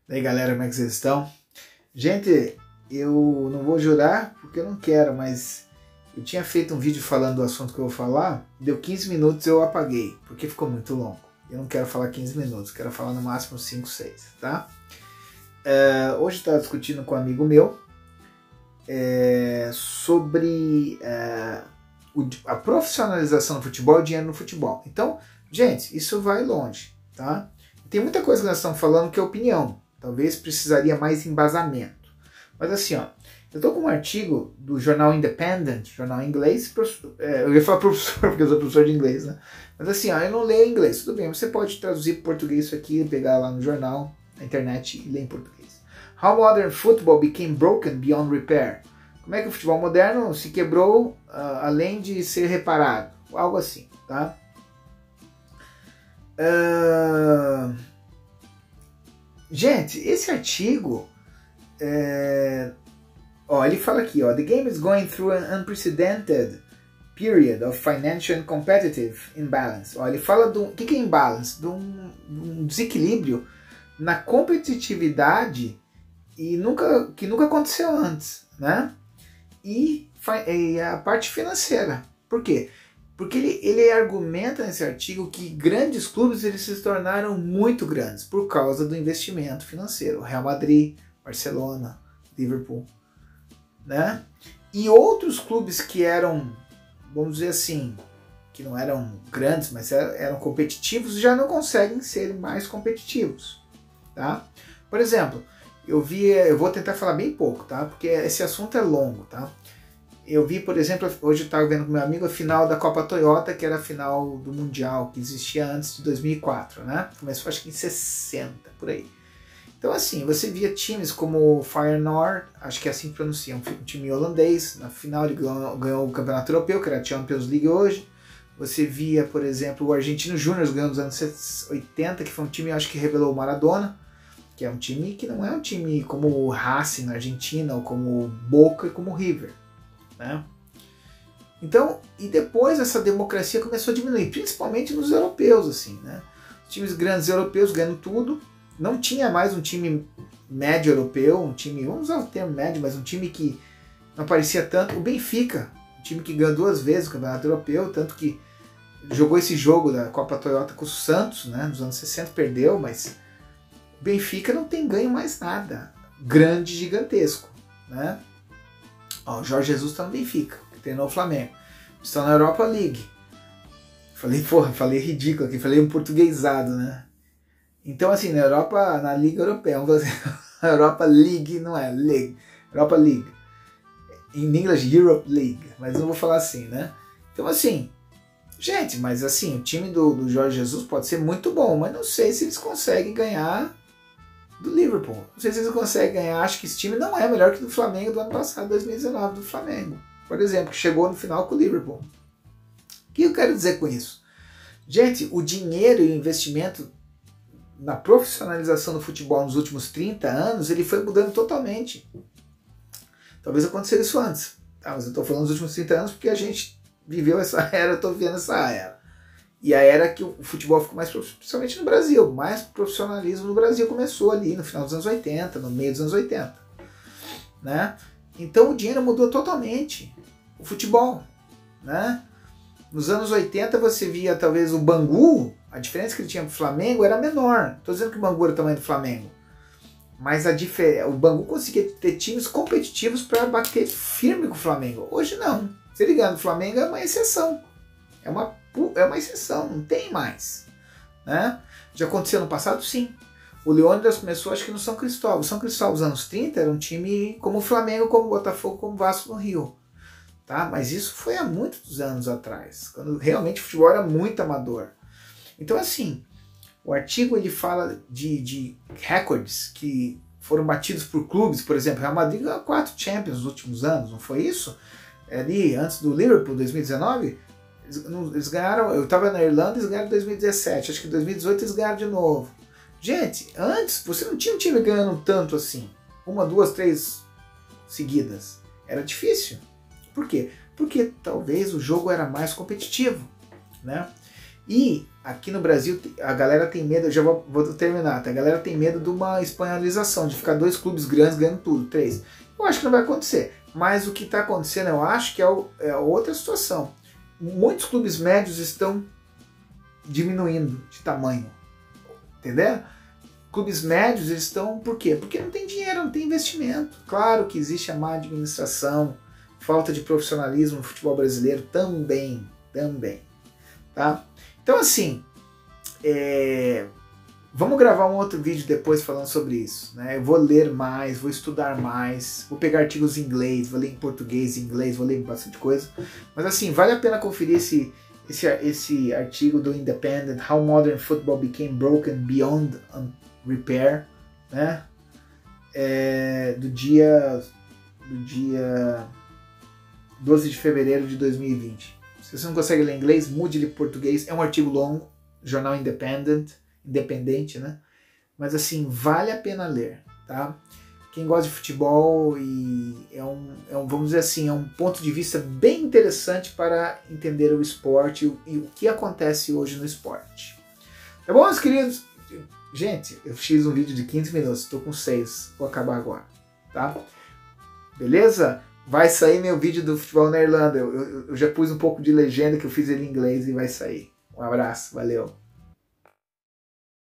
E aí galera, como é que vocês estão? Gente, eu não vou jurar porque eu não quero, mas eu tinha feito um vídeo falando do assunto que eu vou falar, deu 15 minutos e eu apaguei, porque ficou muito longo. Eu não quero falar 15 minutos, quero falar no máximo 5, 6, tá? Hoje eu estava discutindo com um amigo meu sobre a profissionalização do futebol e o dinheiro no futebol. Então, gente, isso vai longe, tá? Tem muita coisa que nós estamos falando que é opinião. Talvez precisaria mais embasamento. Mas assim, ó, eu estou com um artigo do jornal Independent, jornal em inglês, eu ia falar professor, porque eu sou professor de inglês, né? Mas assim, ó, eu não leio inglês, tudo bem, você pode traduzir para português isso aqui, pegar lá no jornal, na internet e ler em português. How modern football became broken beyond repair. Como é que o futebol moderno se quebrou além de ser reparado? Algo assim, tá? Gente, esse artigo, ele fala aqui, ó, the game is going through an unprecedented period of financial and competitive imbalance. Ó, ele fala do que é imbalance, de um desequilíbrio na competitividade que nunca aconteceu antes, né? E a parte financeira. Por quê? Porque ele argumenta nesse artigo que grandes clubes eles se tornaram muito grandes por causa do investimento financeiro. Real Madrid, Barcelona, Liverpool, né? E outros clubes que eram, vamos dizer assim, que não eram grandes, mas eram competitivos, já não conseguem ser mais competitivos, tá? Por exemplo, eu vou tentar falar bem pouco, tá? Porque esse assunto é longo, tá? Eu vi, por exemplo, hoje eu estava vendo com meu amigo a final da Copa Toyota, que era a final do Mundial, que existia antes de 2004, né? Começou acho que em 60, por aí. Então assim, você via times como o Feyenoord, acho que é assim que pronuncia, um time holandês, na final ele ganhou o Campeonato Europeu, que era a Champions League hoje. Você via, por exemplo, o Argentino Júnior ganhando nos anos 80, que foi um time, acho que revelou o Maradona, que é um time que não é um time como o Racing na Argentina, ou como o Boca e como o River. Né? Então, e depois essa democracia começou a diminuir, principalmente nos europeus, assim, né? Os times grandes europeus ganhando tudo, não tinha mais um time médio europeu, um time, vamos usar o termo médio, mas um time que não aparecia tanto. O Benfica, um time que ganhou 2 vezes o Campeonato Europeu, tanto que jogou esse jogo da Copa Toyota com o Santos, né? Nos anos 60 perdeu, mas o Benfica não tem ganho mais nada grande, gigantesco, né? Ó, o Jorge Jesus está no Benfica, que treinou o Flamengo. Estão na Europa League. Falei ridículo aqui, falei um portuguesado, né? Então, assim, na Europa, na Liga Europeia, vamos fazer a Europa League, não é League, Europa League. Em inglês, Europe League, mas não vou falar assim, né? Então, assim, gente, mas assim, o time do Jorge Jesus pode ser muito bom, mas não sei se eles conseguem ganhar do Liverpool. Não sei se eles conseguem ganhar. Acho que esse time não é melhor que o do Flamengo do ano passado, 2019, do Flamengo, por exemplo, que chegou no final com o Liverpool. O que eu quero dizer com isso? Gente, o dinheiro e o investimento na profissionalização do futebol nos últimos 30 anos, ele foi mudando totalmente. Talvez acontecesse isso antes, tá? Mas eu estou falando dos últimos 30 anos porque a gente viveu essa era, eu estou vivendo essa era. E a era que o futebol ficou mais, principalmente no Brasil, mais profissionalismo no Brasil começou ali no final dos anos 80, no meio dos anos 80. Né? Então o dinheiro mudou totalmente. O futebol. Né? Nos anos 80 você via talvez o Bangu, a diferença que ele tinha para o Flamengo era menor. Estou dizendo que o Bangu era o tamanho do Flamengo. Mas o Bangu conseguia ter times competitivos para bater firme com o Flamengo. Hoje não. Se ele ganhar no Flamengo é uma exceção. É uma exceção, não tem mais. Né? Já aconteceu no passado? Sim. O Leônidas começou acho que no São Cristóvão. São Cristóvão, nos anos 30, era um time como o Flamengo, como o Botafogo, como o Vasco no Rio. Tá? Mas isso foi há muitos anos atrás, quando realmente o futebol era muito amador. Então assim, o artigo ele fala de recordes que foram batidos por clubes, por exemplo, o Real Madrid ganhou 4 Champions nos últimos anos, não foi isso? Ali, antes do Liverpool, 2019... Eles ganharam, eu estava na Irlanda, eles ganharam em 2017, acho que em 2018 eles ganharam de novo. Gente, antes você não tinha um time ganhando tanto assim, 1, 2, 3 seguidas. Era difícil. Por quê? Porque talvez o jogo era mais competitivo, né? E aqui no Brasil a galera tem medo, eu já vou terminar, tá? A galera tem medo de uma espanholização, de ficar 2 clubes grandes ganhando tudo, 3. Eu acho que não vai acontecer, mas o que está acontecendo eu acho que é outra situação. Muitos clubes médios estão diminuindo de tamanho, entendeu? Clubes médios estão, por quê? Porque não tem dinheiro, não tem investimento. Claro que existe a má administração, falta de profissionalismo no futebol brasileiro também, tá? Então assim, vamos gravar um outro vídeo depois falando sobre isso, né? Eu vou ler mais, vou estudar mais, vou pegar artigos em inglês, vou ler em português, em inglês, vou ler bastante coisa. Mas assim, vale a pena conferir esse artigo do Independent, How Modern Football Became Broken Beyond Repair, né? Do dia 12 de fevereiro de 2020. Se você não consegue ler inglês, mude ele para português. É um artigo longo, jornal independente, né? Mas assim, vale a pena ler, tá? Quem gosta de futebol e vamos dizer assim, é um ponto de vista bem interessante para entender o esporte e o que acontece hoje no esporte. Tá bom, meus queridos? Gente, eu fiz um vídeo de 15 minutos, estou com 6, vou acabar agora, tá? Beleza? Vai sair meu vídeo do futebol na Irlanda. Eu já pus um pouco de legenda que eu fiz ele em inglês e vai sair. Um abraço, valeu!